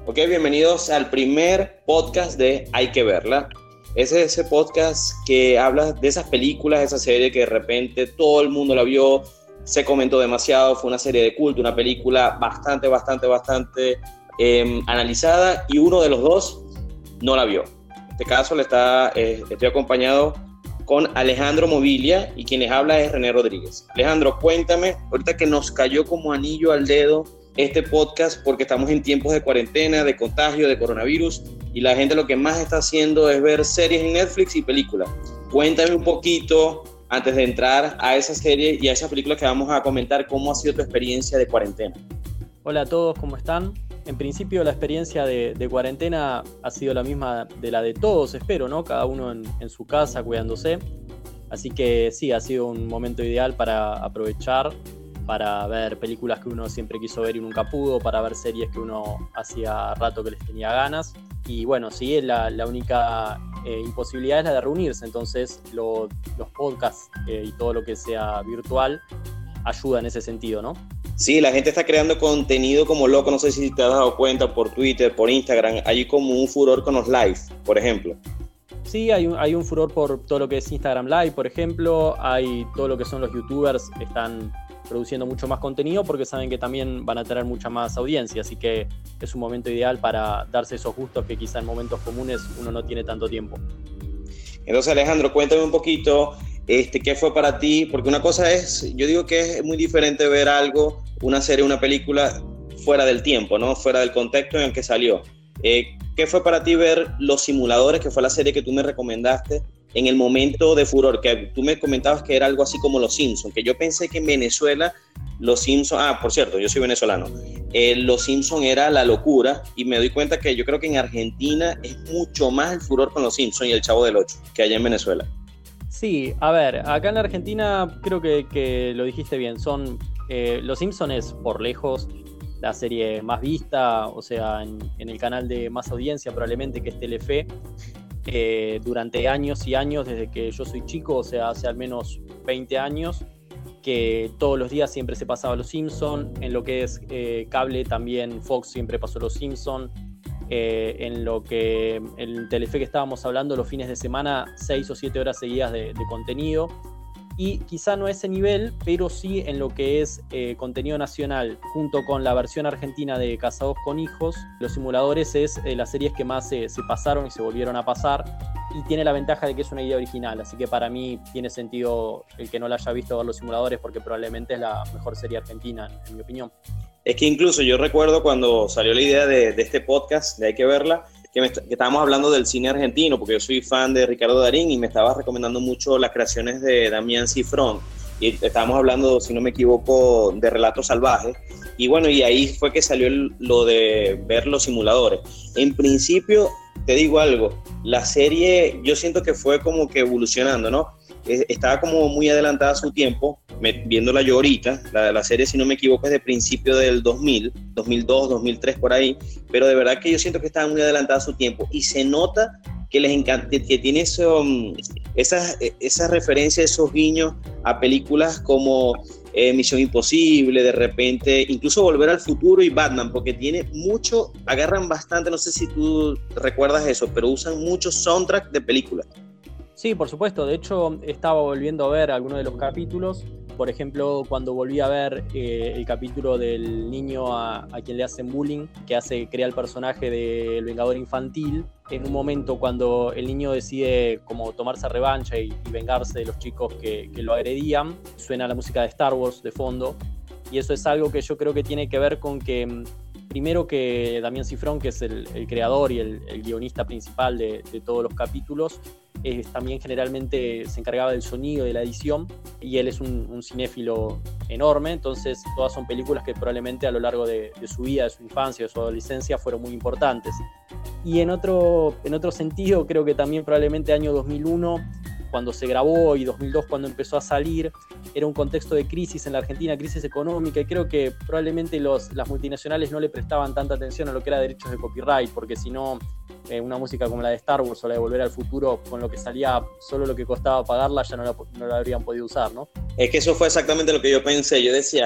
Ok, bienvenidos al primer podcast de Hay que verla. Ese es ese podcast que habla de esas películas, esa serie que de repente todo el mundo la vio, se comentó demasiado, fue una serie de culto, una película bastante analizada y uno de los dos no la vio. En este caso estoy acompañado con Alejandro Mobilia y quien les habla es René Rodríguez. Alejandro, cuéntame, ahorita que nos cayó como anillo al dedo este podcast porque estamos en tiempos de cuarentena, de contagio, de coronavirus y la gente lo que más está haciendo es ver series en Netflix y películas. Cuéntame un poquito, antes de entrar a esa serie y a esas películas que vamos a comentar, ¿cómo ha sido tu experiencia de cuarentena? Hola a todos, ¿cómo están? En principio la experiencia de cuarentena ha sido la misma de la de todos, espero, ¿no? Cada uno en su casa cuidándose. Así que sí, ha sido un momento ideal para aprovechar, para ver películas que uno siempre quiso ver y nunca pudo, para ver series que uno hacía rato que les tenía ganas. Y bueno, sí, la única imposibilidad es la de reunirse, entonces los podcasts y todo lo que sea virtual ayuda en ese sentido, ¿no? Sí, la gente está creando contenido como loco, no sé si te has dado cuenta por Twitter, por Instagram, hay como un furor con los live, por ejemplo. Sí, hay un furor por todo lo que es Instagram Live, por ejemplo, hay todo lo que son los youtubers, están produciendo mucho más contenido porque saben que también van a tener mucha más audiencia, así que es un momento ideal para darse esos gustos que quizá en momentos comunes uno no tiene tanto tiempo. Entonces, Alejandro, cuéntame un poquito qué fue para ti, porque una cosa es, yo digo que es muy diferente ver algo, una serie, una película fuera del tiempo, ¿no? Fuera del contexto en el que salió. ¿Qué fue para ti ver Los Simuladores, que fue la serie que tú me recomendaste en el momento de furor? Que tú me comentabas que era algo así como Los Simpsons, que yo pensé que en Venezuela Los Simpsons, por cierto, yo soy venezolano, Los Simpsons era la locura y me doy cuenta que yo creo que en Argentina es mucho más el furor con Los Simpsons y El Chavo del Ocho que allá en Venezuela. Sí, a ver, acá en la Argentina creo que lo dijiste bien, Los Simpsons es por lejos la serie más vista, o sea, en el canal de más audiencia probablemente, que es Telefe, durante años y años, desde que yo soy chico, o sea, hace al menos 20 años, que todos los días siempre se pasaba Los Simpsons. En lo que es cable también Fox siempre pasó Los Simpsons. En lo que en Telefe que estábamos hablando, los fines de semana 6 o 7 horas seguidas de contenido. Y quizá no a ese nivel, pero sí en lo que es contenido nacional, junto con la versión argentina de Casados con Hijos. Los Simuladores es las series que más se pasaron y se volvieron a pasar, y tiene la ventaja de que es una idea original, así que para mí tiene sentido el que no la haya visto ver Los Simuladores, porque probablemente es la mejor serie argentina, en mi opinión. Es que incluso yo recuerdo cuando salió la idea de este podcast, de Hay que verla, que estábamos hablando del cine argentino, porque yo soy fan de Ricardo Darín y me estaba recomendando mucho las creaciones de Damián Cifrón, y estábamos hablando, si no me equivoco, de Relatos Salvajes, y bueno, y ahí fue que salió lo de ver Los Simuladores. En principio, te digo algo, la serie yo siento que fue como que evolucionando, ¿no? Estaba como muy adelantada a su tiempo, viéndola yo ahorita, la serie, si no me equivoco, es de principio del 2000, 2002, 2003, por ahí, pero de verdad que yo siento que estaba muy adelantada a su tiempo y se nota que les encanta, que tiene esa referencia, esos guiños a películas como Misión Imposible, de repente, incluso Volver al Futuro y Batman, porque tiene mucho, agarran bastante, no sé si tú recuerdas eso, pero usan mucho soundtrack de películas. Sí, por supuesto. De hecho, estaba volviendo a ver algunos de los capítulos. Por ejemplo, cuando volví a ver el capítulo del niño a quien le hacen bullying, que crea el personaje del Vengador Infantil, en un momento cuando el niño decide como tomarse revancha y vengarse de los chicos que lo agredían, suena la música de Star Wars de fondo. Y eso es algo que yo creo que tiene que ver con que, primero, que Damián Cifrón, que es el creador y el guionista principal de todos los capítulos, también generalmente se encargaba del sonido, de la edición, y él es un cinéfilo enorme, entonces todas son películas que probablemente a lo largo de su vida, de su infancia, de su adolescencia fueron muy importantes. Y en otro sentido, creo que también probablemente año 2001, cuando se grabó, y 2002 cuando empezó a salir, era un contexto de crisis en la Argentina, crisis económica, y creo que probablemente las multinacionales no le prestaban tanta atención a lo que era derechos de copyright, porque si no, una música como la de Star Wars o la de Volver al Futuro, con lo que salía, solo lo que costaba pagarla, ya no la habrían podido usar, ¿no? Es que eso fue exactamente lo que yo pensé. Yo decía,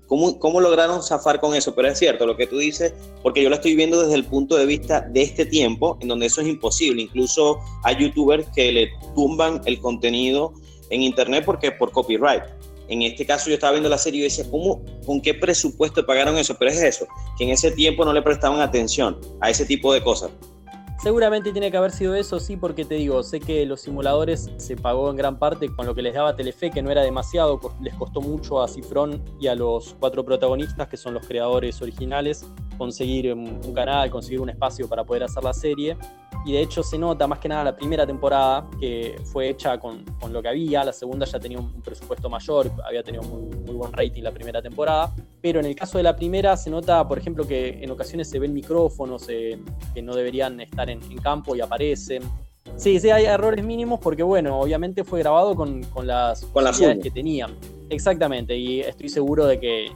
¿Cómo lograron zafar con eso? Pero es cierto lo que tú dices, porque yo lo estoy viendo desde el punto de vista de este tiempo, en donde eso es imposible. Incluso hay youtubers que le tumban el contenido en internet porque por copyright. En este caso yo estaba viendo la serie y decía, ¿con qué presupuesto pagaron eso? Pero es eso, que en ese tiempo no le prestaban atención a ese tipo de cosas. Seguramente tiene que haber sido eso, sí, porque te digo, sé que los simuladores se pagó en gran parte con lo que les daba Telefe, que no era demasiado, les costó mucho a Cifrón y a los 4 protagonistas, que son los creadores originales, conseguir un canal, conseguir un espacio para poder hacer la serie. Y de hecho se nota más que nada la primera temporada, que fue hecha con lo que había. La segunda ya tenía un presupuesto mayor, había tenido muy buen rating la primera temporada. Pero en el caso de la primera se nota, por ejemplo, que en ocasiones se ven micrófonos que no deberían estar en campo y aparecen. Sí, hay errores mínimos porque, bueno, obviamente fue grabado con las posibilidades que tenían. Exactamente, y estoy seguro de que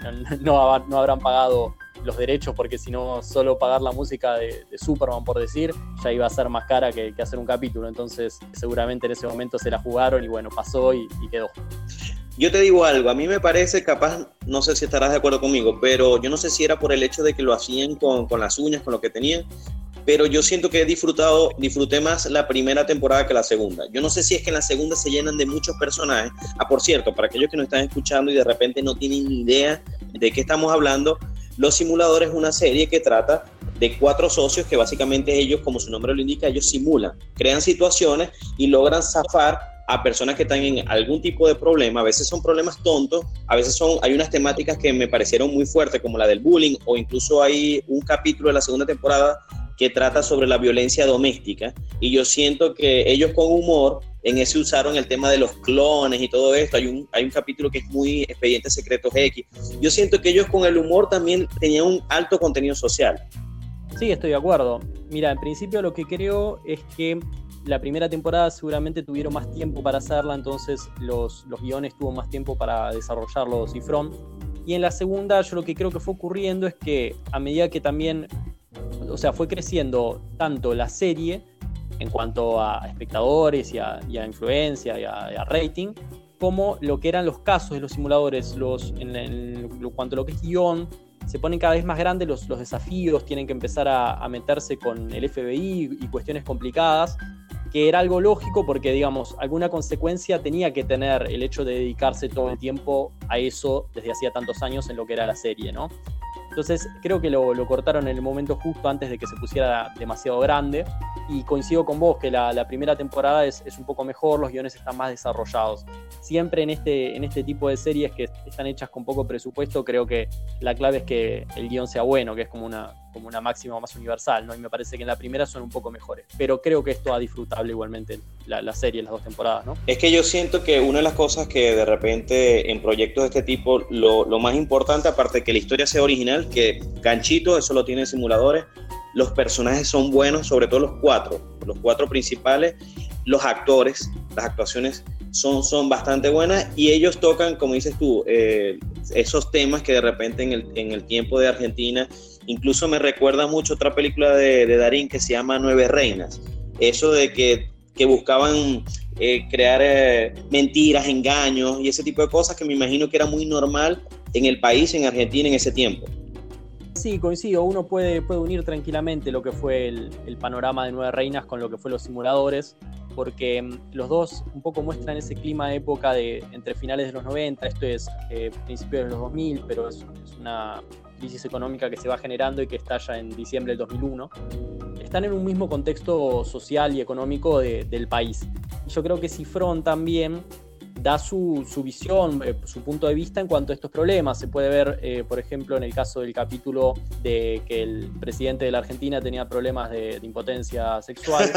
no habrán pagado los derechos, porque si no, solo pagar la música de Superman, por decir, ya iba a ser más cara que hacer un capítulo. Entonces seguramente en ese momento se la jugaron y bueno, pasó y quedó. Yo te digo algo, a mí me parece, capaz, no sé si estarás de acuerdo conmigo, pero yo no sé si era por el hecho de que lo hacían con las uñas, con lo que tenían, pero yo siento que disfruté más la primera temporada que la segunda. Yo no sé si es que en la segunda se llenan de muchos personajes. Por cierto, para aquellos que nos están escuchando y de repente no tienen ni idea de qué estamos hablando, Los Simuladores es una serie que trata de 4 socios que básicamente ellos, como su nombre lo indica, ellos simulan, crean situaciones y logran zafar a personas que están en algún tipo de problema. A veces son problemas tontos, a veces hay unas temáticas que me parecieron muy fuertes, como la del bullying, o incluso hay un capítulo de la segunda temporada que trata sobre la violencia doméstica, y yo siento que ellos con humor en ese usaron el tema de los clones y todo esto. Hay un capítulo que es muy Expedientes Secretos X. Yo siento que ellos con el humor también tenían un alto contenido social. Sí, estoy de acuerdo. Mira, en principio lo que creo es que la primera temporada seguramente tuvieron más tiempo para hacerla, entonces los guiones tuvo más tiempo para desarrollarlo Cifrón. Y en la segunda yo lo que creo que fue ocurriendo es que a medida que también, o sea, fue creciendo tanto la serie en cuanto a espectadores y a influencia y a rating, como lo que eran los casos de los simuladores, en cuanto a lo que es guión, se ponen cada vez más grandes los desafíos, tienen que empezar a meterse con el FBI y cuestiones complicadas, que era algo lógico porque, digamos, alguna consecuencia tenía que tener el hecho de dedicarse todo el tiempo a eso desde hacía tantos años en lo que era la serie, ¿no? Entonces creo que lo cortaron en el momento justo antes de que se pusiera demasiado grande, y coincido con vos que la primera temporada es un poco mejor, los guiones están más desarrollados. Siempre en este tipo de series que están hechas con poco presupuesto, creo que la clave es que el guión sea bueno, que es como una máxima más universal, ¿no? Y me parece que en la primera son un poco mejores, pero creo que es toda disfrutable igualmente la serie, las 2 temporadas, ¿no? Es que yo siento que una de las cosas que de repente en proyectos de este tipo, lo más importante, aparte de que la historia sea original, que ganchito, eso lo tienen simuladores, los personajes son buenos, sobre todo los cuatro principales, los actores, las actuaciones son bastante buenas, y ellos tocan, como dices tú, esos temas que de repente en el tiempo de Argentina, incluso me recuerda mucho otra película de Darín que se llama Nueve Reinas, eso de que buscaban crear mentiras, engaños y ese tipo de cosas que me imagino que era muy normal en el país, en Argentina, en ese tiempo. Sí, coincido, uno puede unir tranquilamente lo que fue el panorama de Nueve Reinas con lo que fue los simuladores, porque los dos un poco muestran ese clima de época entre finales de los 90, esto es principios de los 2000, pero es una crisis económica que se va generando y que estalla en diciembre del 2001. Están en un mismo contexto social y económico del país. Y yo creo que Cifrón también da su visión, su punto de vista en cuanto a estos problemas. Se puede ver, por ejemplo, en el caso del capítulo de que el presidente de la Argentina tenía problemas de impotencia sexual.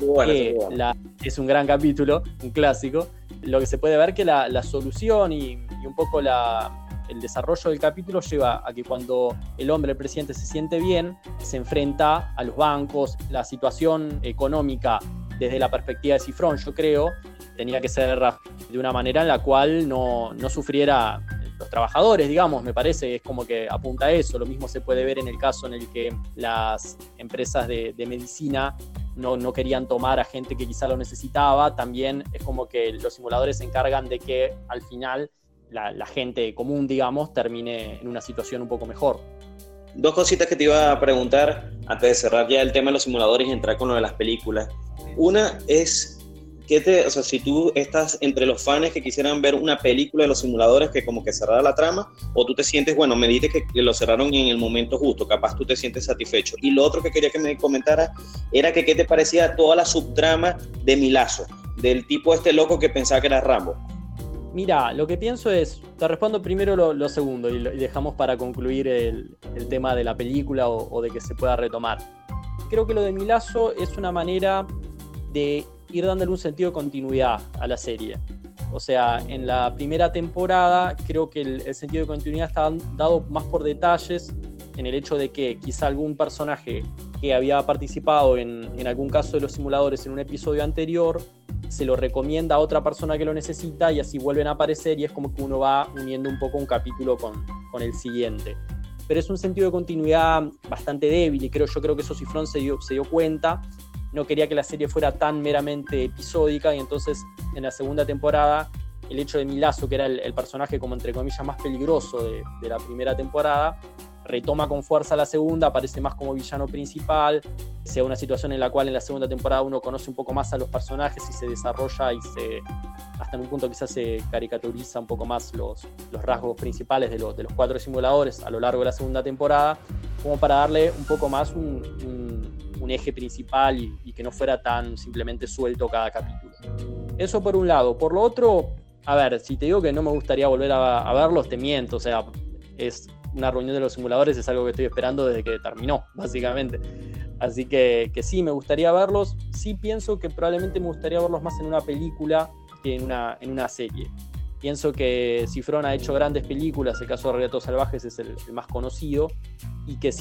Es un gran capítulo, un clásico. Lo que se puede ver que la solución y un poco el desarrollo del capítulo lleva a que cuando el presidente se siente bien, se enfrenta a los bancos. La situación económica desde la perspectiva de Cifrón, yo creo, tenía que ser de una manera en la cual no sufriera los trabajadores, digamos, me parece, es como que apunta a eso. Lo mismo se puede ver en el caso en el que las empresas de medicina no querían tomar a gente que quizá lo necesitaba. También es como que los simuladores se encargan de que al final la gente común, digamos, termine en una situación un poco mejor. Dos cositas que te iba a preguntar antes de cerrar ya el tema de los simuladores y entrar con lo de las películas. Una es, o sea, si tú estás entre los fans que quisieran ver una película de los simuladores que como que cerrara la trama, o tú te sientes, bueno, me dijiste que lo cerraron en el momento justo, capaz tú te sientes satisfecho. Y lo otro que quería que me comentara era que qué te parecía toda la subtrama de Milazzo, del tipo este loco que pensaba que era Rambo. Mira, lo que pienso es, te respondo primero lo segundo y dejamos para concluir el tema de la película o de que se pueda retomar. Creo que lo de Milazzo es una manera de ir dándole un sentido de continuidad a la serie. O sea, en la primera temporada creo que el sentido de continuidad está dado más por detalles, en el hecho de que quizá algún personaje que había participado en algún caso de los simuladores en un episodio anterior se lo recomienda a otra persona que lo necesita y así vuelven a aparecer y es como que uno va uniendo un poco un capítulo con el siguiente. Pero es un sentido de continuidad bastante débil y yo creo que eso Cifrón se dio cuenta. No quería que la serie fuera tan meramente episódica y entonces en la segunda temporada el hecho de Milazzo, que era el personaje como entre comillas más peligroso de la primera temporada, retoma con fuerza la segunda, aparece más como villano principal, sea una situación en la cual en la segunda temporada uno conoce un poco más a los personajes y se desarrolla y hasta en un punto quizás se caricaturiza un poco más los rasgos principales de los 4 simuladores a lo largo de la segunda temporada, como para darle un poco más un eje principal y que no fuera tan simplemente suelto cada capítulo. Eso por un lado. Por lo otro, a ver, si te digo que no me gustaría volver a verlos, te miento. O sea, es una reunión de los simuladores, es algo que estoy esperando desde que terminó, básicamente. Así que sí, me gustaría verlos. Sí pienso que probablemente me gustaría verlos más en una película que en una serie. Pienso que Cifrón ha hecho grandes películas, el caso de Relatos Salvajes es el más conocido, y que si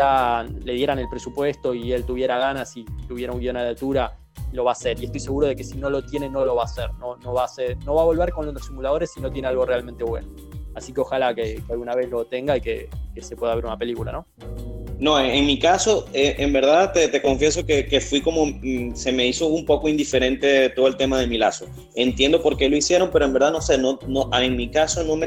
le dieran el presupuesto y él tuviera ganas y tuviera un guion a la altura, lo va a hacer. Y estoy seguro de que si no lo tiene, no lo va a hacer. No va a volver con los simuladores si no tiene algo realmente bueno. Así que ojalá que alguna vez lo tenga y que se pueda ver una película, ¿no? No, en mi caso, en verdad te confieso que fui como, se me hizo un poco indiferente todo el tema de Milazzo. Entiendo por qué lo hicieron, pero en verdad no sé, en mi caso no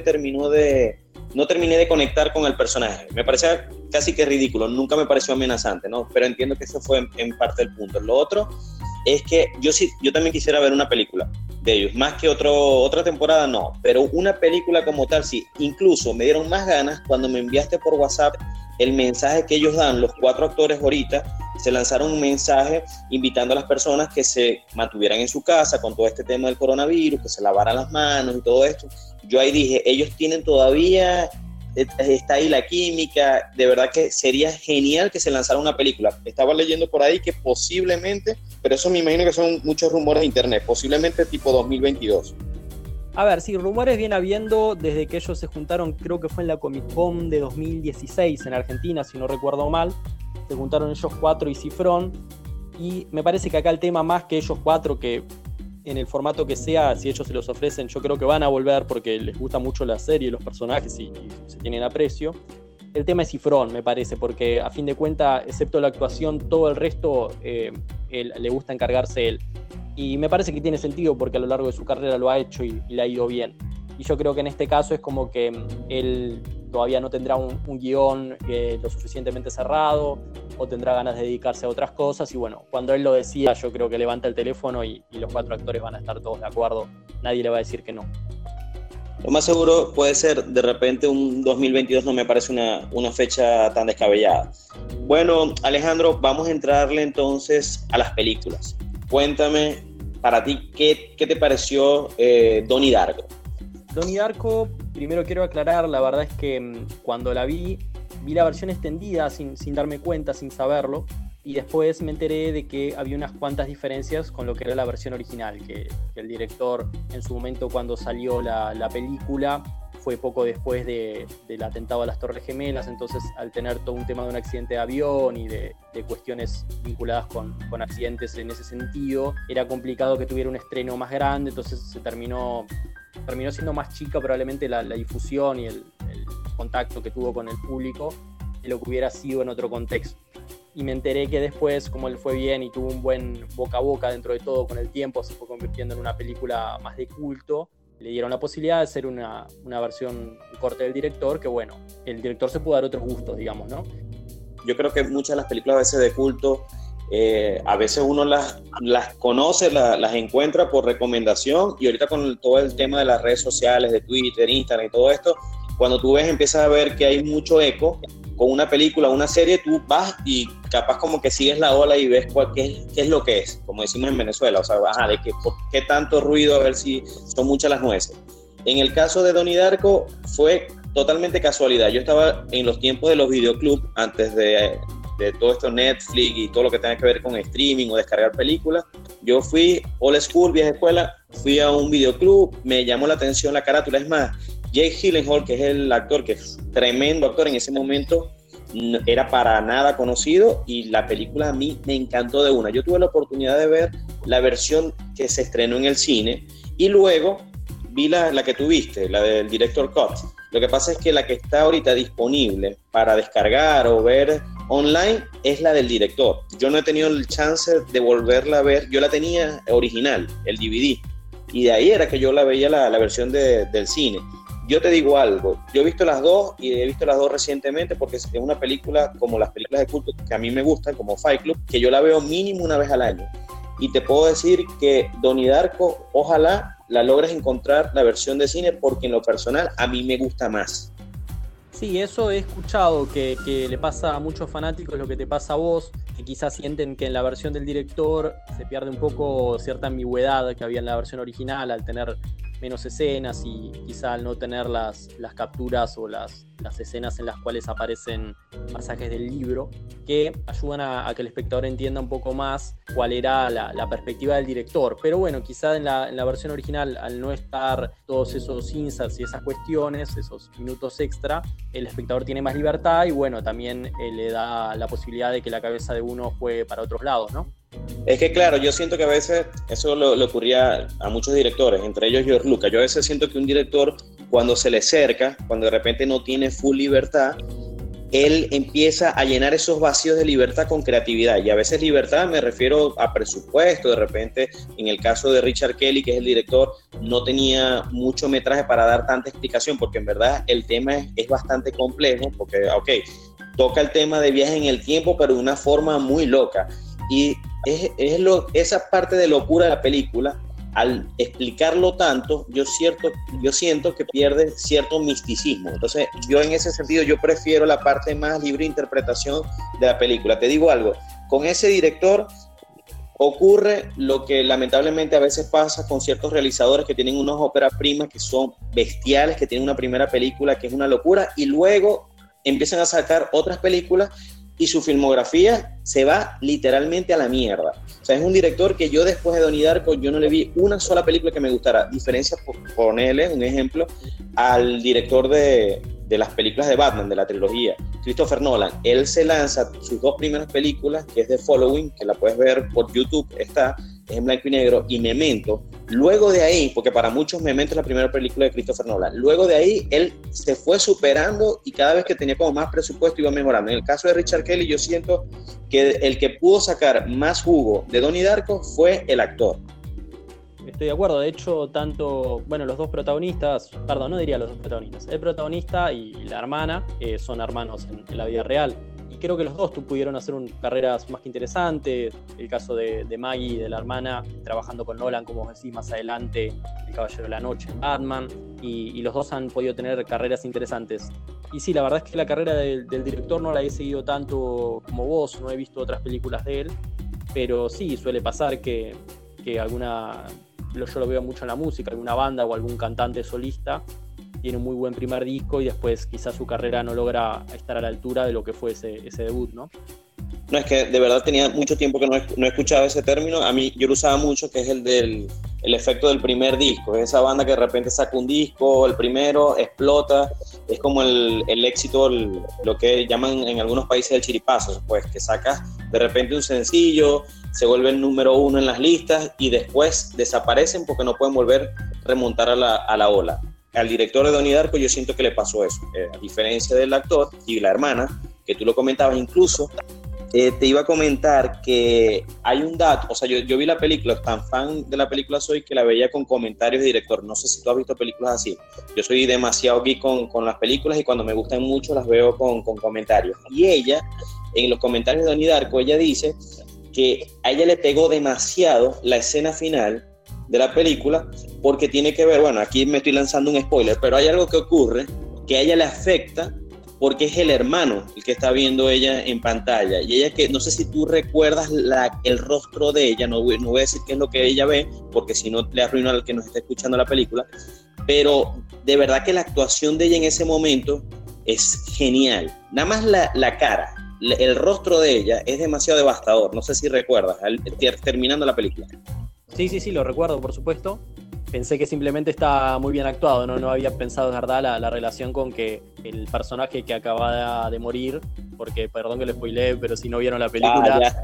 terminé de conectar con el personaje. Me parecía casi que ridículo, nunca me pareció amenazante, ¿no? Pero entiendo que eso fue en parte el punto. Lo otro es que yo también quisiera ver una película de ellos, más que otra temporada no, pero una película como tal sí. Incluso me dieron más ganas cuando me enviaste por WhatsApp el mensaje que ellos dan, los 4 actores ahorita, se lanzaron un mensaje invitando a las personas que se mantuvieran en su casa con todo este tema del coronavirus, que se lavaran las manos y todo esto. Yo ahí dije, ellos tienen todavía, está ahí la química, de verdad que sería genial que se lanzara una película. Estaba leyendo por ahí que posiblemente, pero eso me imagino que son muchos rumores de internet, posiblemente tipo 2022. A ver, sí, rumores viene habiendo desde que ellos se juntaron, creo que fue en la Comic Con de 2016 en Argentina, si no recuerdo mal. Se juntaron ellos 4 y Cifrón. Y me parece que acá el tema más que ellos 4, que en el formato que sea, si ellos se los ofrecen, yo creo que van a volver porque les gusta mucho la serie, los personajes y se tienen aprecio. El tema es Cifrón, me parece, porque a fin de cuentas, excepto la actuación, todo el resto le gusta encargarse él. Y me parece que tiene sentido porque a lo largo de su carrera lo ha hecho y le ha ido bien. Y yo creo que en este caso es como que él todavía no tendrá un guión lo suficientemente cerrado o tendrá ganas de dedicarse a otras cosas. Y bueno, cuando él lo decida, yo creo que levanta el teléfono y los 4 actores van a estar todos de acuerdo. Nadie le va a decir que no. Lo más seguro puede ser de repente un 2022, no me parece una fecha tan descabellada. Bueno, Alejandro, vamos a entrarle entonces a las películas. Cuéntame, para ti, ¿qué te pareció Donnie Darko? Donnie Darko, primero quiero aclarar, la verdad es que cuando la vi la versión extendida sin darme cuenta, sin saberlo, y después me enteré de que había unas cuantas diferencias con lo que era la versión original, que el director en su momento cuando salió la película fue poco después del atentado a las Torres Gemelas, entonces al tener todo un tema de un accidente de avión y de cuestiones vinculadas con accidentes en ese sentido, era complicado que tuviera un estreno más grande, entonces se terminó siendo más chica probablemente la difusión y el contacto que tuvo con el público de lo que hubiera sido en otro contexto. Y me enteré que después, como él fue bien y tuvo un buen boca a boca dentro de todo con el tiempo, se fue convirtiendo en una película más de culto, le dieron la posibilidad de hacer una versión, un corte del director, que bueno, el director se pudo dar otros gustos, digamos, ¿no? Yo creo que muchas de las películas a veces de culto, a veces uno las conoce, las encuentra por recomendación, y ahorita con todo el tema de las redes sociales, de Twitter, Instagram y todo esto, cuando tú ves, empiezas a ver que hay mucho eco con una película, una serie, tú vas y capaz como que sigues la ola y ves qué es lo que es, como decimos en Venezuela, o sea, por qué tanto ruido, a ver si son muchas las nueces. En el caso de Donnie Darko fue totalmente casualidad. Yo estaba en los tiempos de los videoclubs, antes de todo esto Netflix y todo lo que tenga que ver con streaming o descargar películas. Yo fui old school, vieja escuela, fui a un videoclub, me llamó la atención la carátula. Es más, Jake Gyllenhaal, que es el actor, que es tremendo actor en ese momento, no era para nada conocido, y la película a mí me encantó de una. Yo tuve la oportunidad de ver la versión que se estrenó en el cine, y luego vi la que tuviste, la del Director Cut. Lo que pasa es que la que está ahorita disponible para descargar o ver online es la del director. Yo no he tenido el chance de volverla a ver. Yo la tenía original, el DVD, y de ahí era que yo la veía la versión del cine. Yo te digo algo, yo he visto las dos, y he visto las dos recientemente, porque es una película como las películas de culto que a mí me gustan, como Fight Club, que yo la veo mínimo una vez al año. Y te puedo decir que Donnie Darko, ojalá la logres encontrar la versión de cine, porque en lo personal a mí me gusta más. Sí, eso he escuchado que le pasa a muchos fanáticos, lo que te pasa a vos, que quizás sienten que en la versión del director se pierde un poco cierta ambigüedad que había en la versión original, al tener menos escenas y quizá al no tener las capturas o las escenas en las cuales aparecen pasajes del libro, que ayudan a que el espectador entienda un poco más cuál era la perspectiva del director. Pero bueno, quizá en la versión original, al no estar todos esos inserts y esas cuestiones, esos minutos extra, el espectador tiene más libertad, y bueno, también le da la posibilidad de que la cabeza de uno juegue para otros lados, ¿no? Es que claro, yo siento que a veces eso le ocurría a muchos directores, entre ellos George Lucas. Yo a veces siento que un director, cuando se le cerca, cuando de repente no tiene full libertad, él empieza a llenar esos vacíos de libertad con creatividad. Y a veces libertad me refiero a presupuesto. De repente, en el caso de Richard Kelly, que es el director, no tenía mucho metraje para dar tanta explicación, porque en verdad el tema es bastante complejo, porque, toca el tema de viaje en el tiempo, pero de una forma muy loca. Y esa parte de locura de la película, al explicarlo tanto, yo siento que pierde cierto misticismo. Entonces, yo en ese sentido, yo prefiero la parte más libre de interpretación de la película. Te digo algo, con ese director ocurre lo que lamentablemente a veces pasa con ciertos realizadores que tienen unas óperas primas que son bestiales, que tienen una primera película que es una locura, y luego empiezan a sacar otras películas y su filmografía se va literalmente a la mierda. O sea, es un director que yo, después de Donnie Darko, yo no le vi una sola película que me gustara. Diferencia, por ponerle un ejemplo, al director de las películas de Batman, de la trilogía, Christopher Nolan. Él se lanza sus dos primeras películas, que es The Following, que la puedes ver por YouTube, es en blanco y negro, y Memento. Luego de ahí, porque para muchos Memento es la primera película de Christopher Nolan, luego de ahí él se fue superando, y cada vez que tenía como más presupuesto iba mejorando. En el caso de Richard Kelly, yo siento que el que pudo sacar más jugo de Donnie Darko fue el actor. Estoy de acuerdo, de hecho, los dos protagonistas, no diría los dos protagonistas, el protagonista y la hermana son hermanos en la vida real. Y creo que los dos pudieron hacer carreras más que interesantes. El caso de Maggie, de la hermana, trabajando con Nolan, como vos decís, más adelante, El Caballero de la Noche, Batman, y los dos han podido tener carreras interesantes. Y sí, la verdad es que la carrera del director no la he seguido tanto como vos, no he visto otras películas de él, pero sí, suele pasar que yo lo veo mucho en la música, alguna banda o algún cantante solista tiene un muy buen primer disco y después quizás su carrera no logra estar a la altura de lo que fue ese debut, ¿no? No, es que de verdad tenía mucho tiempo que no escuchaba ese término. A mí yo lo usaba mucho, que es el efecto del primer disco. Es esa banda que de repente saca un disco, el primero, explota. Es como el éxito, lo que llaman en algunos países el chiripazo, pues, que sacas de repente un sencillo, se vuelve el número 1 en las listas y después desaparecen porque no pueden volver a remontar a la ola. Al director de Donnie Darko yo siento que le pasó eso, a diferencia del actor y la hermana, que tú lo comentabas, incluso Te iba a comentar que hay un dato, o sea, yo vi la película, tan fan de la película soy que la veía con comentarios de director. No sé si tú has visto películas así. Yo soy demasiado geek con las películas y cuando me gustan mucho las veo con comentarios. Y ella, en los comentarios de Donnie Darko, ella dice que a ella le pegó demasiado la escena final de la película porque tiene que ver, bueno, aquí me estoy lanzando un spoiler, pero hay algo que ocurre que a ella le afecta porque es el hermano el que está viendo ella en pantalla, y ella, que no sé si tú recuerdas el rostro de ella, no voy a decir qué es lo que ella ve, porque si no le arruino al que nos está escuchando la película, pero de verdad que la actuación de ella en ese momento es genial, nada más la cara, el rostro de ella es demasiado devastador, no sé si recuerdas, terminando la película. Sí, lo recuerdo, por supuesto. Pensé que simplemente estaba muy bien actuado, no había pensado, es verdad, la relación con que el personaje que acaba de morir, porque perdón que lo spoileé, pero si no vieron la película,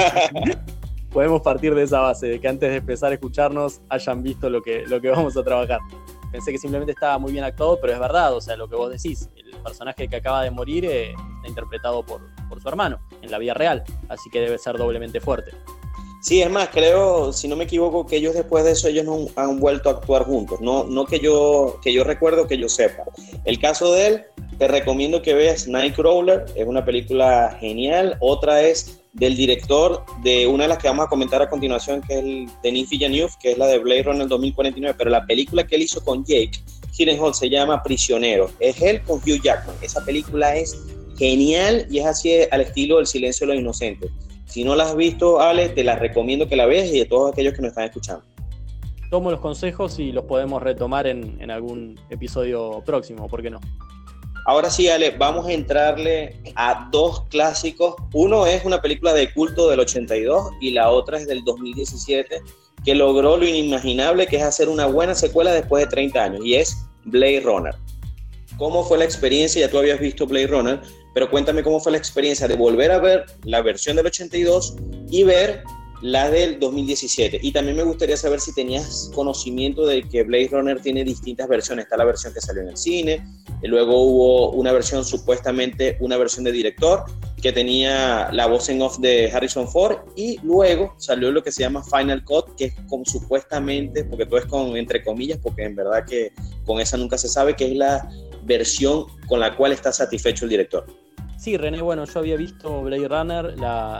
podemos partir de esa base, de que antes de empezar a escucharnos hayan visto lo que vamos a trabajar. Pensé que simplemente estaba muy bien actuado, pero es verdad, o sea, lo que vos decís, el personaje que acaba de morir está interpretado por su hermano en la vida real, así que debe ser doblemente fuerte. Sí, es más, creo, si no me equivoco, que ellos después de eso, ellos no han vuelto a actuar juntos, no que yo recuerdo, que yo sepa. El caso de él, te recomiendo que veas Nightcrawler, es una película genial. Otra es del director de una de las que vamos a comentar a continuación, que es el Denis Villeneuve, que es la de Blade Runner 2049, pero la película que él hizo con Jake Gyllenhaal se llama Prisionero, es él con Hugh Jackman. Esa película es genial y es así al estilo del Silencio de los Inocentes. Si no la has visto, Ale, te la recomiendo que la veas, y de todos aquellos que nos están escuchando. Tomo los consejos y los podemos retomar en algún episodio próximo, ¿por qué no? Ahora sí, Ale, vamos a entrarle a dos clásicos. Uno es una película de culto del 82 y la otra es del 2017, que logró lo inimaginable, que es hacer una buena secuela después de 30 años, y es Blade Runner. ¿Cómo fue la experiencia? Ya tú habías visto Blade Runner, pero cuéntame cómo fue la experiencia de volver a ver la versión del 82 y ver la del 2017. Y también me gustaría saber si tenías conocimiento de que Blade Runner tiene distintas versiones. Está la versión que salió en el cine, y luego hubo una versión, supuestamente una versión de director, que tenía la voz en off de Harrison Ford, y luego salió lo que se llama Final Cut, que es como supuestamente, porque todo es con entre comillas, porque en verdad que con esa nunca se sabe, que es la versión con la cual está satisfecho el director. Sí, René, bueno, yo había visto Blade Runner,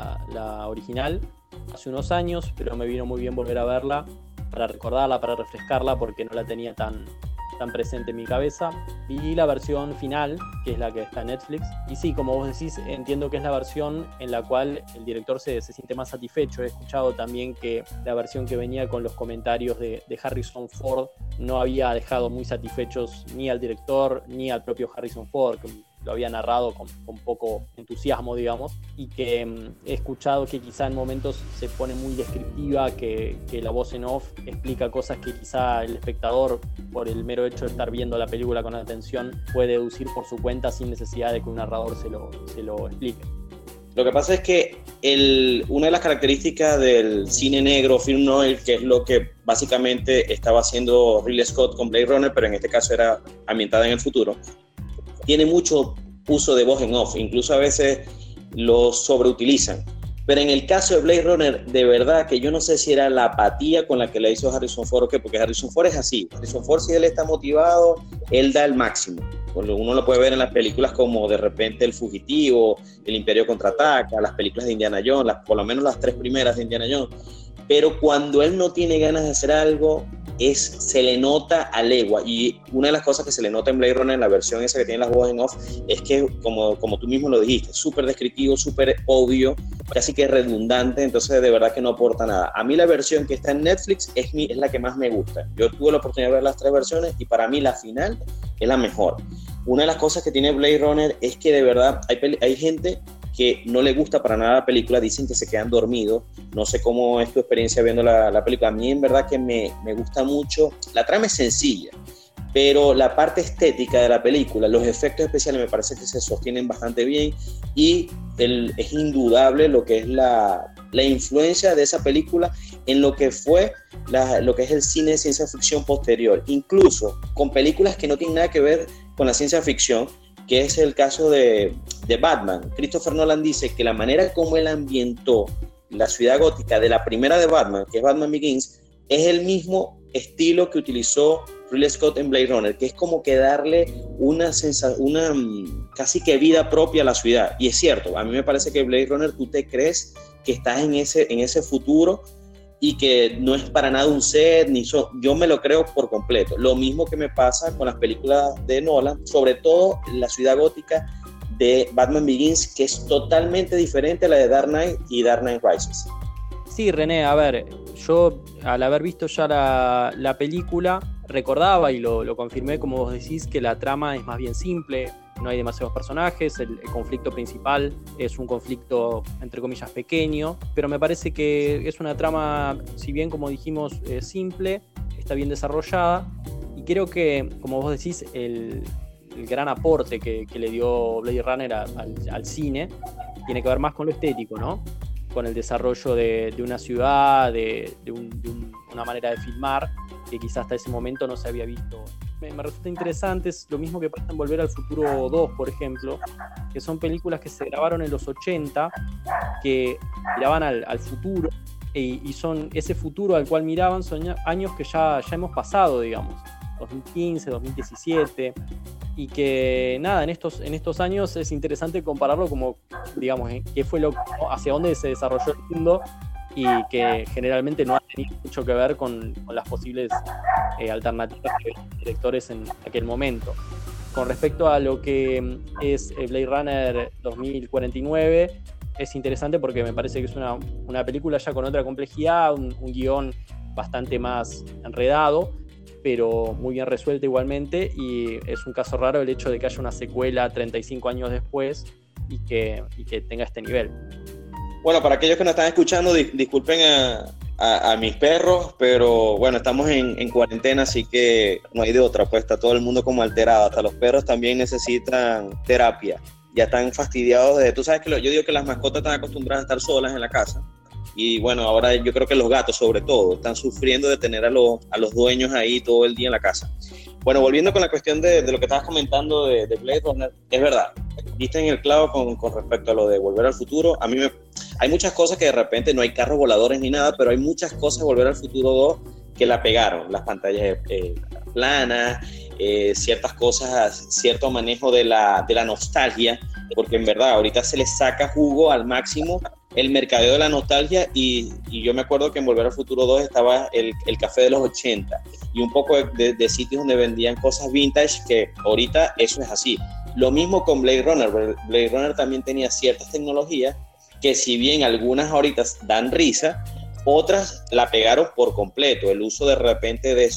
la original, hace unos años, pero me vino muy bien volver a verla para recordarla, para refrescarla, porque no la tenía tan presente en mi cabeza. Vi la versión final, que es la que está en Netflix, y sí, como vos decís, entiendo que es la versión en la cual el director se siente más satisfecho. He escuchado también que la versión que venía con los comentarios de Harrison Ford no había dejado muy satisfechos ni al director ni al propio Harrison Ford, que lo había narrado con poco entusiasmo, digamos, y que he escuchado que quizá en momentos se pone muy descriptiva, que la voz en off explica cosas que quizá el espectador, por el mero hecho de estar viendo la película con atención, puede deducir por su cuenta sin necesidad de que un narrador se lo explique. Lo que pasa es que una de las características del cine negro, film noir, que es lo que básicamente estaba haciendo Ridley Scott con Blade Runner, pero en este caso era ambientada en el futuro, tiene mucho uso de voz en off, incluso a veces lo sobreutilizan. Pero en el caso de Blade Runner, de verdad que yo no sé si era la apatía con la que le hizo Harrison Ford o qué, porque Harrison Ford es así. Harrison Ford, si él está motivado, él da el máximo. Uno lo puede ver en las películas como de repente El Fugitivo, El Imperio Contraataca, las películas de Indiana Jones, por lo menos las 3 primeras de Indiana Jones. Pero cuando él no tiene ganas de hacer algo, se le nota a legua. Y una de las cosas que se le nota en Blade Runner, en la versión esa que tiene las voces en off, es que, como tú mismo lo dijiste, súper descriptivo, súper obvio, casi que redundante, entonces de verdad que no aporta nada. A mí la versión que está en Netflix es la que más me gusta. Yo tuve la oportunidad de ver las 3 versiones y para mí la final es la mejor. Una de las cosas que tiene Blade Runner es que de verdad hay gente que no le gusta para nada la película, dicen que se quedan dormidos. No sé cómo es tu experiencia viendo la película. A mí en verdad que me gusta mucho. La trama es sencilla, pero la parte estética de la película, los efectos especiales me parece que se sostienen bastante bien, y es indudable lo que es la influencia de esa película en lo que fue lo que es el cine de ciencia ficción posterior, incluso con películas que no tienen nada que ver con la ciencia ficción, que es el caso de de Batman, Christopher Nolan dice que la manera como él ambientó la ciudad gótica de la primera de Batman, que es Batman Begins, es el mismo estilo que utilizó Ridley Scott en Blade Runner, que es como que darle una casi que vida propia a la ciudad. Y es cierto, a mí me parece que Blade Runner tú te crees que estás en ese futuro y que no es para nada un set, yo me lo creo por completo. Lo mismo que me pasa con las películas de Nolan, sobre todo la ciudad gótica de Batman Begins, que es totalmente diferente a la de Dark Knight y Dark Knight Rises. Sí, René, a ver, yo al haber visto ya la película, recordaba y lo confirmé, como vos decís, que la trama es más bien simple, no hay demasiados personajes, el conflicto principal es un conflicto, entre comillas, pequeño, pero me parece que es una trama, si bien, como dijimos, simple, está bien desarrollada, y creo que, como vos decís, el gran aporte que le dio Blade Runner al cine tiene que ver más con lo estético, ¿no? Con el desarrollo de una ciudad, de una manera de filmar que quizás hasta ese momento no se había visto. Me resulta interesante, es lo mismo que pasa en Volver al Futuro 2, por ejemplo, que son películas que se grabaron en los 80, que miraban al futuro, y son ese futuro al cual miraban son años que ya hemos pasado, digamos, 2015, 2017, y que nada, en estos años es interesante compararlo como, digamos, qué fue hacia dónde se desarrolló el mundo, y que generalmente no ha tenido mucho que ver con las posibles alternativas que veían los directores en aquel momento. Con respecto a lo que es Blade Runner 2049, es interesante porque me parece que es una película ya con otra complejidad, un guión bastante más enredado, pero muy bien resuelta igualmente, y es un caso raro el hecho de que haya una secuela 35 años después y que tenga este nivel. Bueno, para aquellos que nos están escuchando, disculpen a mis perros, pero bueno, estamos en cuarentena, así que no hay de otra, pues está todo el mundo como alterado, hasta los perros también necesitan terapia, ya están fastidiados tú sabes que yo digo que las mascotas están acostumbradas a estar solas en la casa, y bueno, ahora yo creo que los gatos sobre todo están sufriendo de tener a los dueños ahí todo el día en la casa. Bueno, volviendo con la cuestión de lo que estabas comentando de Blade Runner, es verdad, diste en el clavo con respecto a lo de Volver al Futuro. Hay muchas cosas que de repente no hay carros voladores ni nada, pero hay muchas cosas de Volver al Futuro 2 que la pegaron. Las pantallas planas, ciertas cosas, cierto manejo de la nostalgia, porque en verdad ahorita se le saca jugo al máximo el mercadeo de la nostalgia, y yo me acuerdo que en Volver al Futuro 2 estaba el café de los 80 y un poco de sitios donde vendían cosas vintage, que ahorita eso es así. Lo mismo con Blade Runner. Blade Runner también tenía ciertas tecnologías que, si bien algunas ahorita dan risa, otras la pegaron por completo. El uso de repente de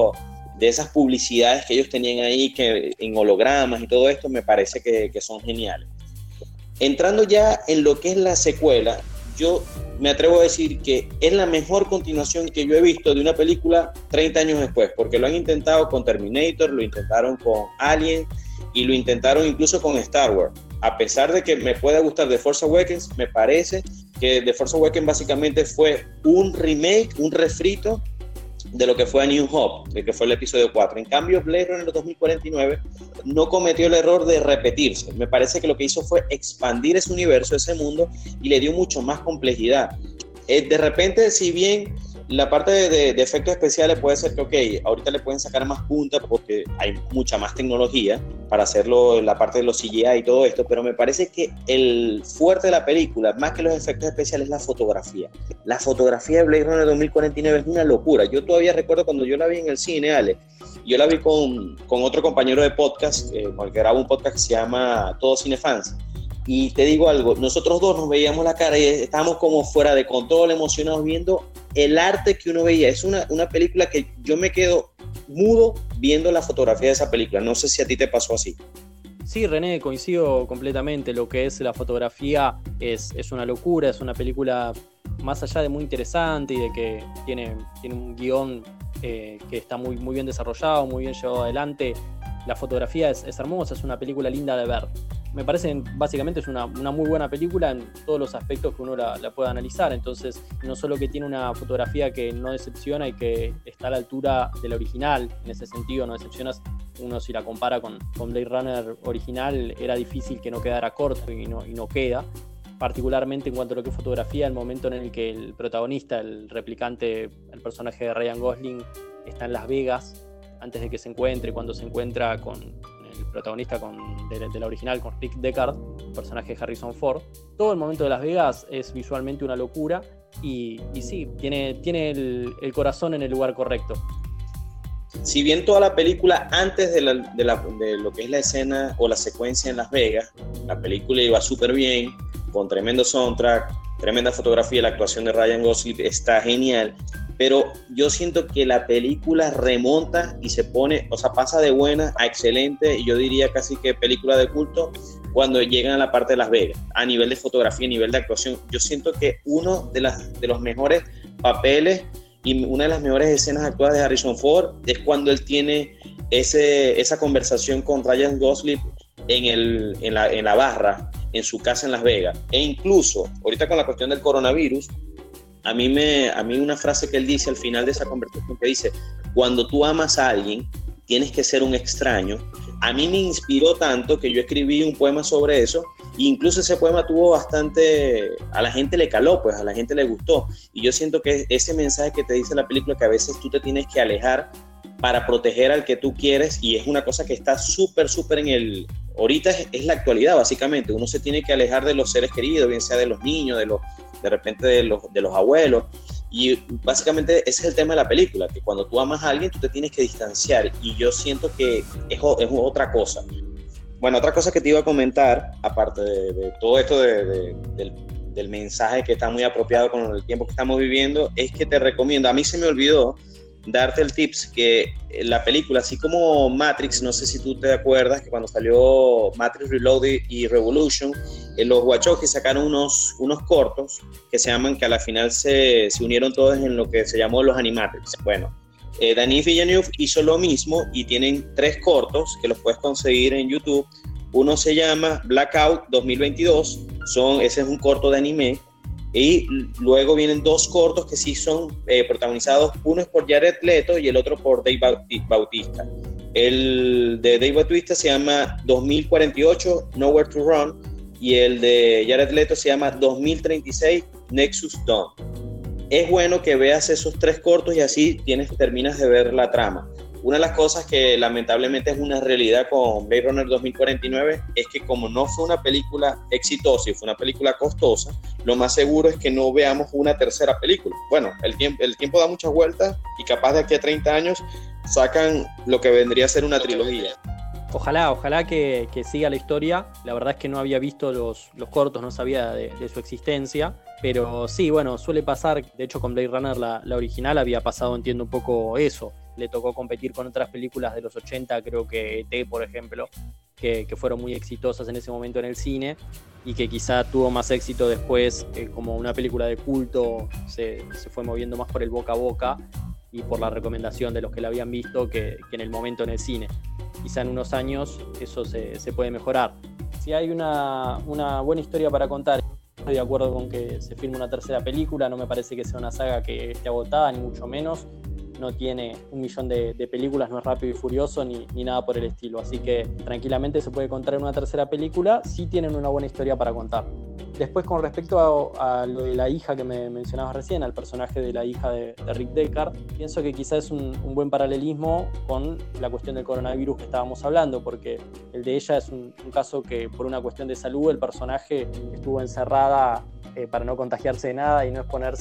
esas publicidades que ellos tenían ahí, que en hologramas y todo esto, me parece que son geniales. Entrando ya en lo que es la secuela, yo me atrevo a decir que es la mejor continuación que yo he visto de una película 30 años después, porque lo han intentado con Terminator, lo intentaron con Alien y lo intentaron incluso con Star Wars. A pesar de que me pueda gustar The Force Awakens, me parece que The Force Awakens básicamente fue un remake, un refrito de lo que fue A New Hope, de que fue el episodio 4. En cambio, Blade Runner 2049 no cometió el error de repetirse. Me parece que lo que hizo fue expandir ese universo, ese mundo, y le dio mucho más complejidad. De repente, si bien la parte de efectos especiales puede ser que, ok, ahorita le pueden sacar más punta porque hay mucha más tecnología para hacerlo, la parte de los CGI y todo esto, pero me parece que el fuerte de la película, más que los efectos especiales, es la fotografía. La fotografía de Blade Runner 2049 es una locura. Yo todavía recuerdo cuando yo la vi en el cine, Ale, yo la vi con otro compañero de podcast, con el que grabo un podcast que se llama Todos Cinefans. Y te digo algo, nosotros dos nos veíamos la cara y estábamos como fuera de control, emocionados, viendo el arte que uno veía. Es una película que yo me quedo mudo viendo la fotografía de esa película. No sé si a ti te pasó así. Sí, René, coincido completamente. Lo que es la fotografía es una locura, es una película más allá de muy interesante y de que tiene un guión que está muy, muy bien desarrollado, muy bien llevado adelante. La fotografía es hermosa, es una película linda de ver. Me parece, básicamente, es una muy buena película en todos los aspectos que uno la pueda analizar. Entonces, no solo que tiene una fotografía que no decepciona y que está a la altura de la original, en ese sentido no decepciona uno si la compara con Blade Runner original, era difícil que no quedara corto y no queda. Particularmente en cuanto a lo que es fotografía, el momento en el que el protagonista, el replicante, el personaje de Ryan Gosling, está en Las Vegas, antes de que se encuentre, cuando se encuentra con el protagonista de la original, con Rick Deckard, el personaje de Harrison Ford. Todo el momento de Las Vegas es visualmente una locura y sí, tiene el corazón en el lugar correcto. Si bien toda la película, antes de lo que es la escena o la secuencia en Las Vegas, la película iba súper bien, con tremendo soundtrack, tremenda fotografía, la actuación de Ryan Gosling está genial, pero yo siento que la película remonta y se pone, o sea, pasa de buena a excelente, y yo diría casi que película de culto, cuando llegan a la parte de Las Vegas, a nivel de fotografía, a nivel de actuación. Yo siento que uno de los mejores papeles y una de las mejores escenas actuadas de Harrison Ford es cuando él tiene esa conversación con Ryan Gosling en la barra, en su casa en Las Vegas. E incluso, ahorita con la cuestión del coronavirus, a mí una frase que él dice al final de esa conversación, que dice: cuando tú amas a alguien, tienes que ser un extraño. A mí me inspiró tanto que yo escribí un poema sobre eso, e incluso ese poema tuvo bastante, a la gente le caló, pues a la gente le gustó, y yo siento que ese mensaje que te dice la película, que a veces tú te tienes que alejar para proteger al que tú quieres, y es una cosa que está súper ahorita es la actualidad, básicamente. Uno se tiene que alejar de los seres queridos, bien sea de los niños, de repente de los abuelos, y básicamente ese es el tema de la película, que cuando tú amas a alguien tú te tienes que distanciar, y yo siento que es otra cosa. Bueno, otra cosa que te iba a comentar, aparte de todo esto del mensaje que está muy apropiado con el tiempo que estamos viviendo, es que te recomiendo, a mí se me olvidó darte el tips, que la película, así como Matrix, no sé si tú te acuerdas que cuando salió Matrix Reloaded y Revolution, los Wachowski sacaron unos cortos que se llaman, que a la final se unieron todos en lo que se llamó los Animatrix. Bueno, Denis Villeneuve hizo lo mismo y tienen 3 cortos que los puedes conseguir en YouTube. Uno se llama Blackout 2022, ese es un corto de anime. Y luego vienen 2 cortos que sí son protagonizados, uno es por Jared Leto y el otro por Dave Bautista. El de Dave Bautista se llama 2048, Nowhere to Run, y el de Jared Leto se llama 2036, Nexus Dawn. Es bueno que veas esos 3 cortos y así terminas de ver la trama. Una de las cosas que lamentablemente es una realidad con Blade Runner 2049 es que, como no fue una película exitosa y fue una película costosa, lo más seguro es que no veamos una tercera película. Bueno, el tiempo da muchas vueltas y capaz de aquí a 30 años sacan lo que vendría a ser una trilogía. Ojalá que siga la historia. La verdad es que no había visto los cortos, no sabía de su existencia, pero sí, bueno, suele pasar. De hecho, con Blade Runner, la original, había pasado, entiendo, un poco eso. Le tocó competir con otras películas de los 80, creo que E.T., por ejemplo, que fueron muy exitosas en ese momento en el cine, y que quizá tuvo más éxito después, como una película de culto, se fue moviendo más por el boca a boca y por la recomendación de los que la habían visto que en el momento en el cine. Quizá en unos años eso se puede mejorar. Si hay una buena historia para contar, estoy de acuerdo con que se filme una tercera película. No me parece que sea una saga que esté agotada, ni mucho menos. No tiene 1 millón de películas, no es Rápido y Furioso ni nada por el estilo, así que tranquilamente se puede contar en una tercera película si tienen una buena historia para contar. Después, con respecto a lo de la hija que me mencionabas recién, al personaje de la hija de Rick Deckard, pienso que quizás es un buen paralelismo con la cuestión del coronavirus que estábamos hablando, porque el de ella es un caso que, por una cuestión de salud, el personaje estuvo encerrada para no contagiarse de nada y no exponer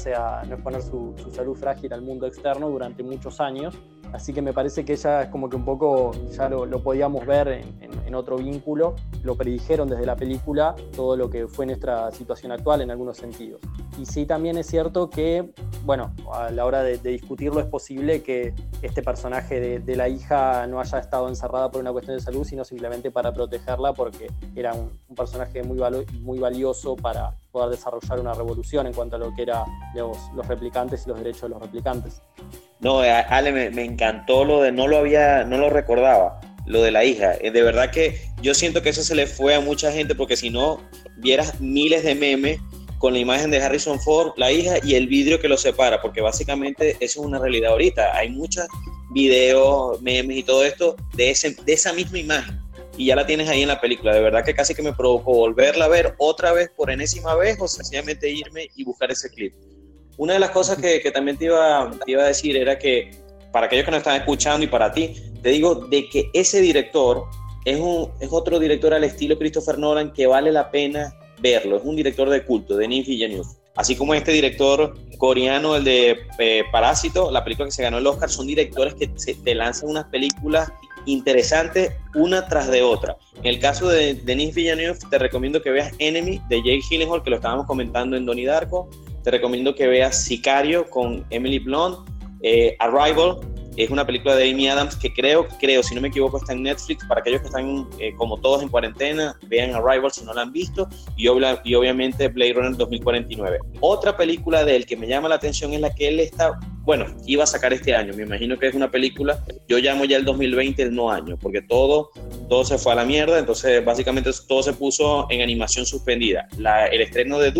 su salud frágil al mundo externo durante muchos años. Así que me parece que ella es como que un poco ya lo podíamos ver en otro vínculo, lo predijeron desde la película, todo lo que fue nuestra situación actual en algunos sentidos. Y sí, también es cierto que, bueno, a la hora de discutirlo, es posible que este personaje de la hija no haya estado encerrada por una cuestión de salud, sino simplemente para protegerla, porque era un personaje muy valioso para poder desarrollar una revolución en cuanto a lo que eran los replicantes y los derechos de los replicantes. No, Ale, me encantó lo de, no lo recordaba, lo de la hija. De verdad que yo siento que eso se le fue a mucha gente, porque si no, vieras miles de memes con la imagen de Harrison Ford, la hija, y el vidrio que lo separa, porque básicamente eso es una realidad ahorita. Hay muchas videos, memes y todo esto de esa misma imagen. Y ya la tienes ahí en la película. De verdad que casi que me provocó volverla a ver otra vez por enésima vez o sencillamente irme y buscar ese clip. Una de las cosas que también te iba a decir era que, para aquellos que nos están escuchando y para ti, te digo de que ese director es otro director al estilo Christopher Nolan que vale la pena verlo. Es un director de culto, Denis Villeneuve. Así como este director coreano, el de Parásito, la película que se ganó el Oscar, son directores que te lanzan unas películas interesantes una tras de otra. En el caso de Denis Villeneuve, te recomiendo que veas Enemy de Jake Gyllenhaal, que lo estábamos comentando en Donnie Darko. Te recomiendo que veas Sicario con Emily Blunt. Arrival es una película de Amy Adams que creo, si no me equivoco, está en Netflix. Para aquellos que están como todos en cuarentena, vean Arrival si no la han visto. Y obviamente Blade Runner 2049. Otra película de él que me llama la atención es la que él iba a sacar este año. Me imagino que es una película, yo llamo ya el 2020 el no año, porque todo se fue a la mierda. Entonces básicamente todo se puso en animación suspendida. El estreno de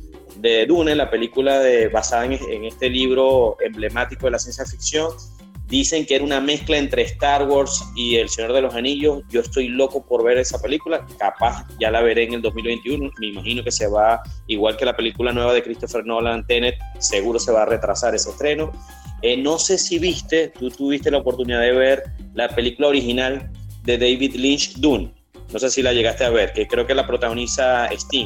Dune, la película basada en este libro emblemático de la ciencia ficción. Dicen que era una mezcla entre Star Wars y El Señor de los Anillos. Yo estoy loco por ver esa película. Capaz ya la veré en el 2021. Me imagino que se va, igual que la película nueva de Christopher Nolan, Tenet, seguro se va a retrasar ese estreno. No sé si tú tuviste la oportunidad de ver la película original de David Lynch, Dune. No sé si la llegaste a ver, que creo que la protagoniza Sting.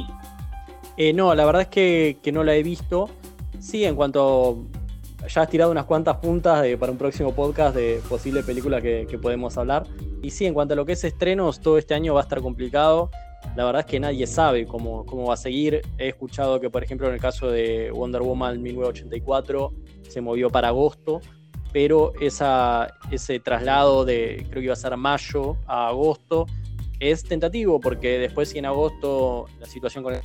No, la verdad es que no la he visto. Sí, en cuanto ya has tirado unas cuantas puntas para un próximo podcast de posible película que podemos hablar. Y sí, en cuanto a lo que es estrenos, todo este año va a estar complicado. La verdad es que nadie sabe cómo va a seguir. He escuchado que, por ejemplo, en el caso de Wonder Woman 1984 se movió para agosto, pero ese traslado creo que iba a ser mayo a agosto, es tentativo, porque después si en agosto la situación con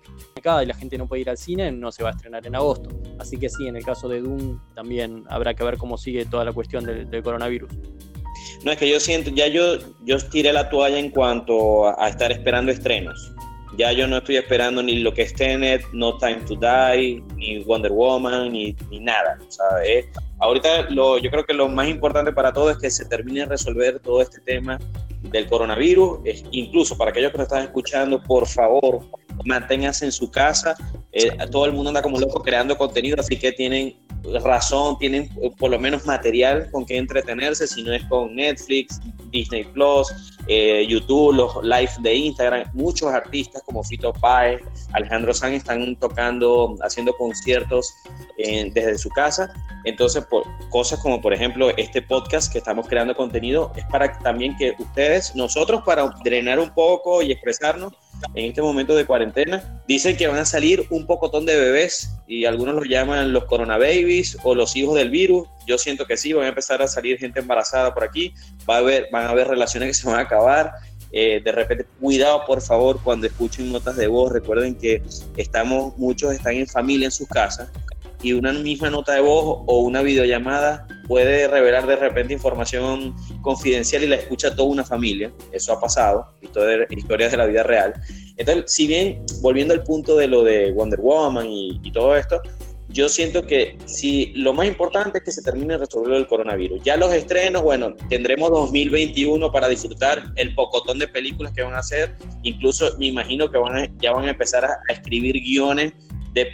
y la gente no puede ir al cine, no se va a estrenar en agosto. Así que sí, en el caso de Dune también habrá que ver cómo sigue toda la cuestión del coronavirus. No, es que yo siento, ya yo tiré la toalla en cuanto a estar esperando estrenos. Ya yo no estoy esperando ni lo que es Tenet, No Time to Die, ni Wonder Woman, ni nada. O sea, ahorita yo creo que lo más importante para todo es que se termine de resolver todo este tema del coronavirus. Incluso para aquellos que nos están escuchando, por favor, manténganse en su casa. Todo el mundo anda como loco creando contenido, así que tienen razón, tienen por lo menos material con que entretenerse, si no es con Netflix, Disney Plus, YouTube, los live de Instagram. Muchos artistas como Fito Páez, Alejandro Sanz están haciendo conciertos desde su casa. Entonces, cosas como por ejemplo este podcast que estamos creando contenido es para también que nosotros para drenar un poco y expresarnos en este momento de cuarentena. Dicen que van a salir un pocotón de bebés y algunos los llaman los coronababies o los hijos del virus. Yo siento que sí, van a empezar a salir gente embarazada por aquí, van a haber relaciones que se van a acabar. De repente, cuidado por favor cuando escuchen notas de voz. Recuerden que muchos están en familia en sus casas y una misma nota de voz o una videollamada puede revelar de repente información confidencial y la escucha toda una familia. Eso ha pasado, historias de la vida real. Entonces, si bien, volviendo al punto de lo de Wonder Woman y todo esto, yo siento que lo más importante es que se termine de resolver el coronavirus. Ya los estrenos, bueno, tendremos 2021 para disfrutar el pocotón de películas que van a hacer. Incluso me imagino que ya van a empezar a escribir guiones de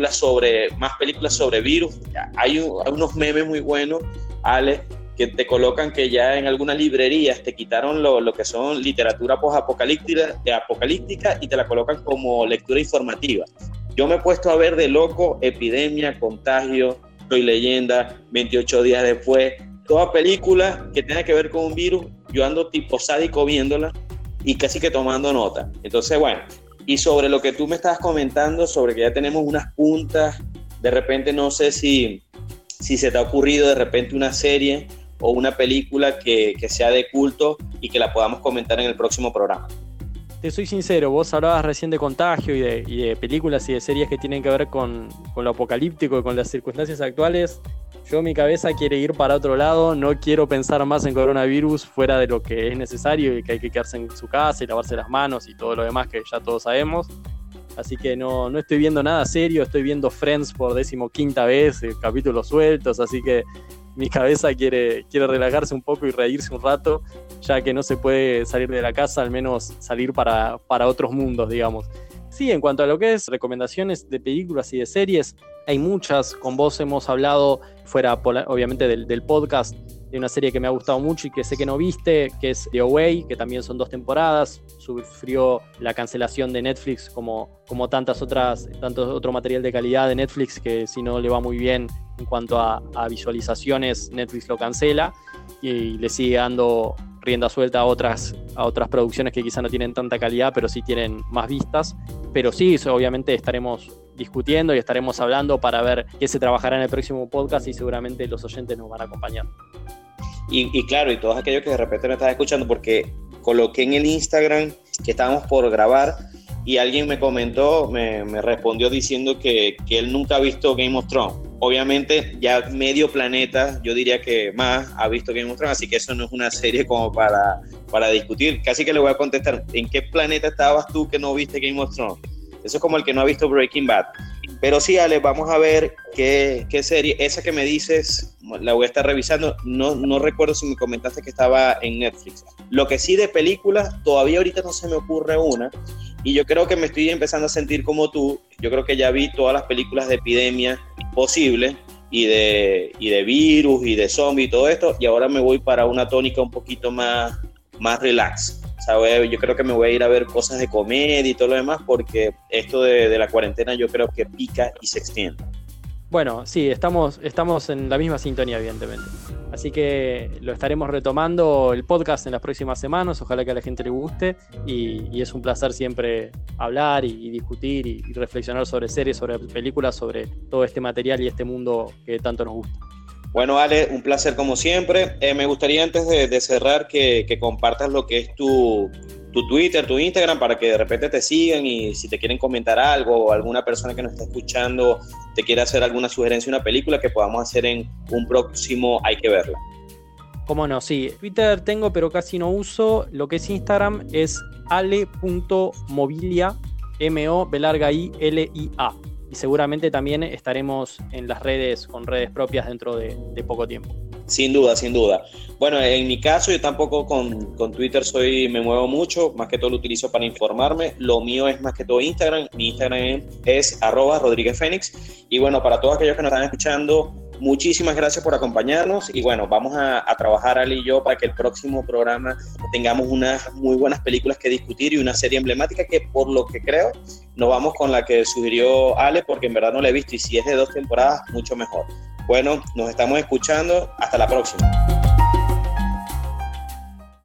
más películas sobre virus. Hay unos memes muy buenos, Ale, que te colocan que ya en algunas librerías te quitaron lo que son literatura apocalíptica y te la colocan como lectura informativa. Yo me he puesto a ver de loco Epidemia, Contagio, Soy Leyenda, 28 días después, toda película que tenga que ver con un virus. Yo ando tipo sádico viéndola y casi que tomando nota. Entonces, bueno, y sobre lo que tú me estabas comentando, sobre que ya tenemos unas puntas, de repente no sé si se te ha ocurrido de repente una serie o una película que sea de culto y que la podamos comentar en el próximo programa. Te soy sincero, vos hablabas recién de Contagio y de películas y de series que tienen que ver con lo apocalíptico y con las circunstancias actuales. Mi cabeza quiere ir para otro lado, no quiero pensar más en coronavirus fuera de lo que es necesario y que hay que quedarse en su casa y lavarse las manos y todo lo demás que ya todos sabemos. Así que no estoy viendo nada serio, estoy viendo Friends por 15ª vez, capítulos sueltos, así que mi cabeza quiere relajarse un poco y reírse un rato, ya que no se puede salir de la casa, al menos salir para otros mundos, digamos. Sí, en cuanto a lo que es recomendaciones de películas y de series, hay muchas. Con vos hemos hablado, fuera obviamente del podcast, de una serie que me ha gustado mucho y que sé que no viste, que es The Away, que también son 2 temporadas, sufrió la cancelación de Netflix como tanto otro material de calidad de Netflix, que si no le va muy bien en cuanto a visualizaciones, Netflix lo cancela y le sigue dando rienda suelta a otras producciones que quizá no tienen tanta calidad, pero sí tienen más vistas. Pero sí, obviamente estaremos discutiendo y estaremos hablando para ver qué se trabajará en el próximo podcast y seguramente los oyentes nos van a acompañar. Y claro, y todos aquellos que de repente me están escuchando, porque coloqué en el Instagram que estábamos por grabar y alguien me comentó, me respondió diciendo que él nunca ha visto Game of Thrones. Obviamente ya medio planeta, yo diría que más, ha visto Game of Thrones, así que eso no es una serie como para discutir. Casi que le voy a contestar, ¿en qué planeta estabas tú que no viste Game of Thrones? Eso es como el que no ha visto Breaking Bad. Pero sí, Ale, vamos a ver qué serie, esa que me dices, la voy a estar revisando. No recuerdo si me comentaste que estaba en Netflix. Lo que sí de películas, todavía ahorita no se me ocurre una. Y yo creo que me estoy empezando a sentir como tú. Yo creo que ya vi todas las películas de epidemia posibles y de virus y de zombie y todo esto. Y ahora me voy para una tónica un poquito más relax. ¿Sabes? Yo creo que me voy a ir a ver cosas de comedia y todo lo demás, porque esto de la cuarentena yo creo que pica y se extiende. Bueno, sí, estamos en la misma sintonía, evidentemente. Así que lo estaremos retomando el podcast en las próximas semanas. Ojalá que a la gente le guste. Y es un placer siempre hablar y discutir y reflexionar sobre series, sobre películas, sobre todo este material y este mundo que tanto nos gusta. Bueno, Ale, un placer como siempre. Me gustaría antes de cerrar que compartas lo que es tu Twitter, tu Instagram, para que de repente te sigan y si te quieren comentar algo o alguna persona que nos está escuchando te quiere hacer alguna sugerencia de una película que podamos hacer en un próximo Hay que Verla. Cómo no, sí. Twitter tengo, pero casi no uso. Lo que es Instagram es ale.mobilia, MOBILIA. Y seguramente también estaremos en las redes, con redes propias dentro de poco tiempo. Sin duda, sin duda. Bueno, en mi caso yo tampoco con Twitter me muevo mucho, más que todo lo utilizo para informarme. Lo mío es más que todo Instagram. Mi Instagram es @RodríguezFénix. Y bueno, para todos aquellos que nos están escuchando, muchísimas gracias por acompañarnos y bueno, vamos a trabajar Ale y yo para que el próximo programa tengamos unas muy buenas películas que discutir y una serie emblemática que por lo que creo nos vamos con la que sugirió Ale, porque en verdad no la he visto y si es de 2 temporadas, mucho mejor. Bueno, nos estamos escuchando, hasta la próxima.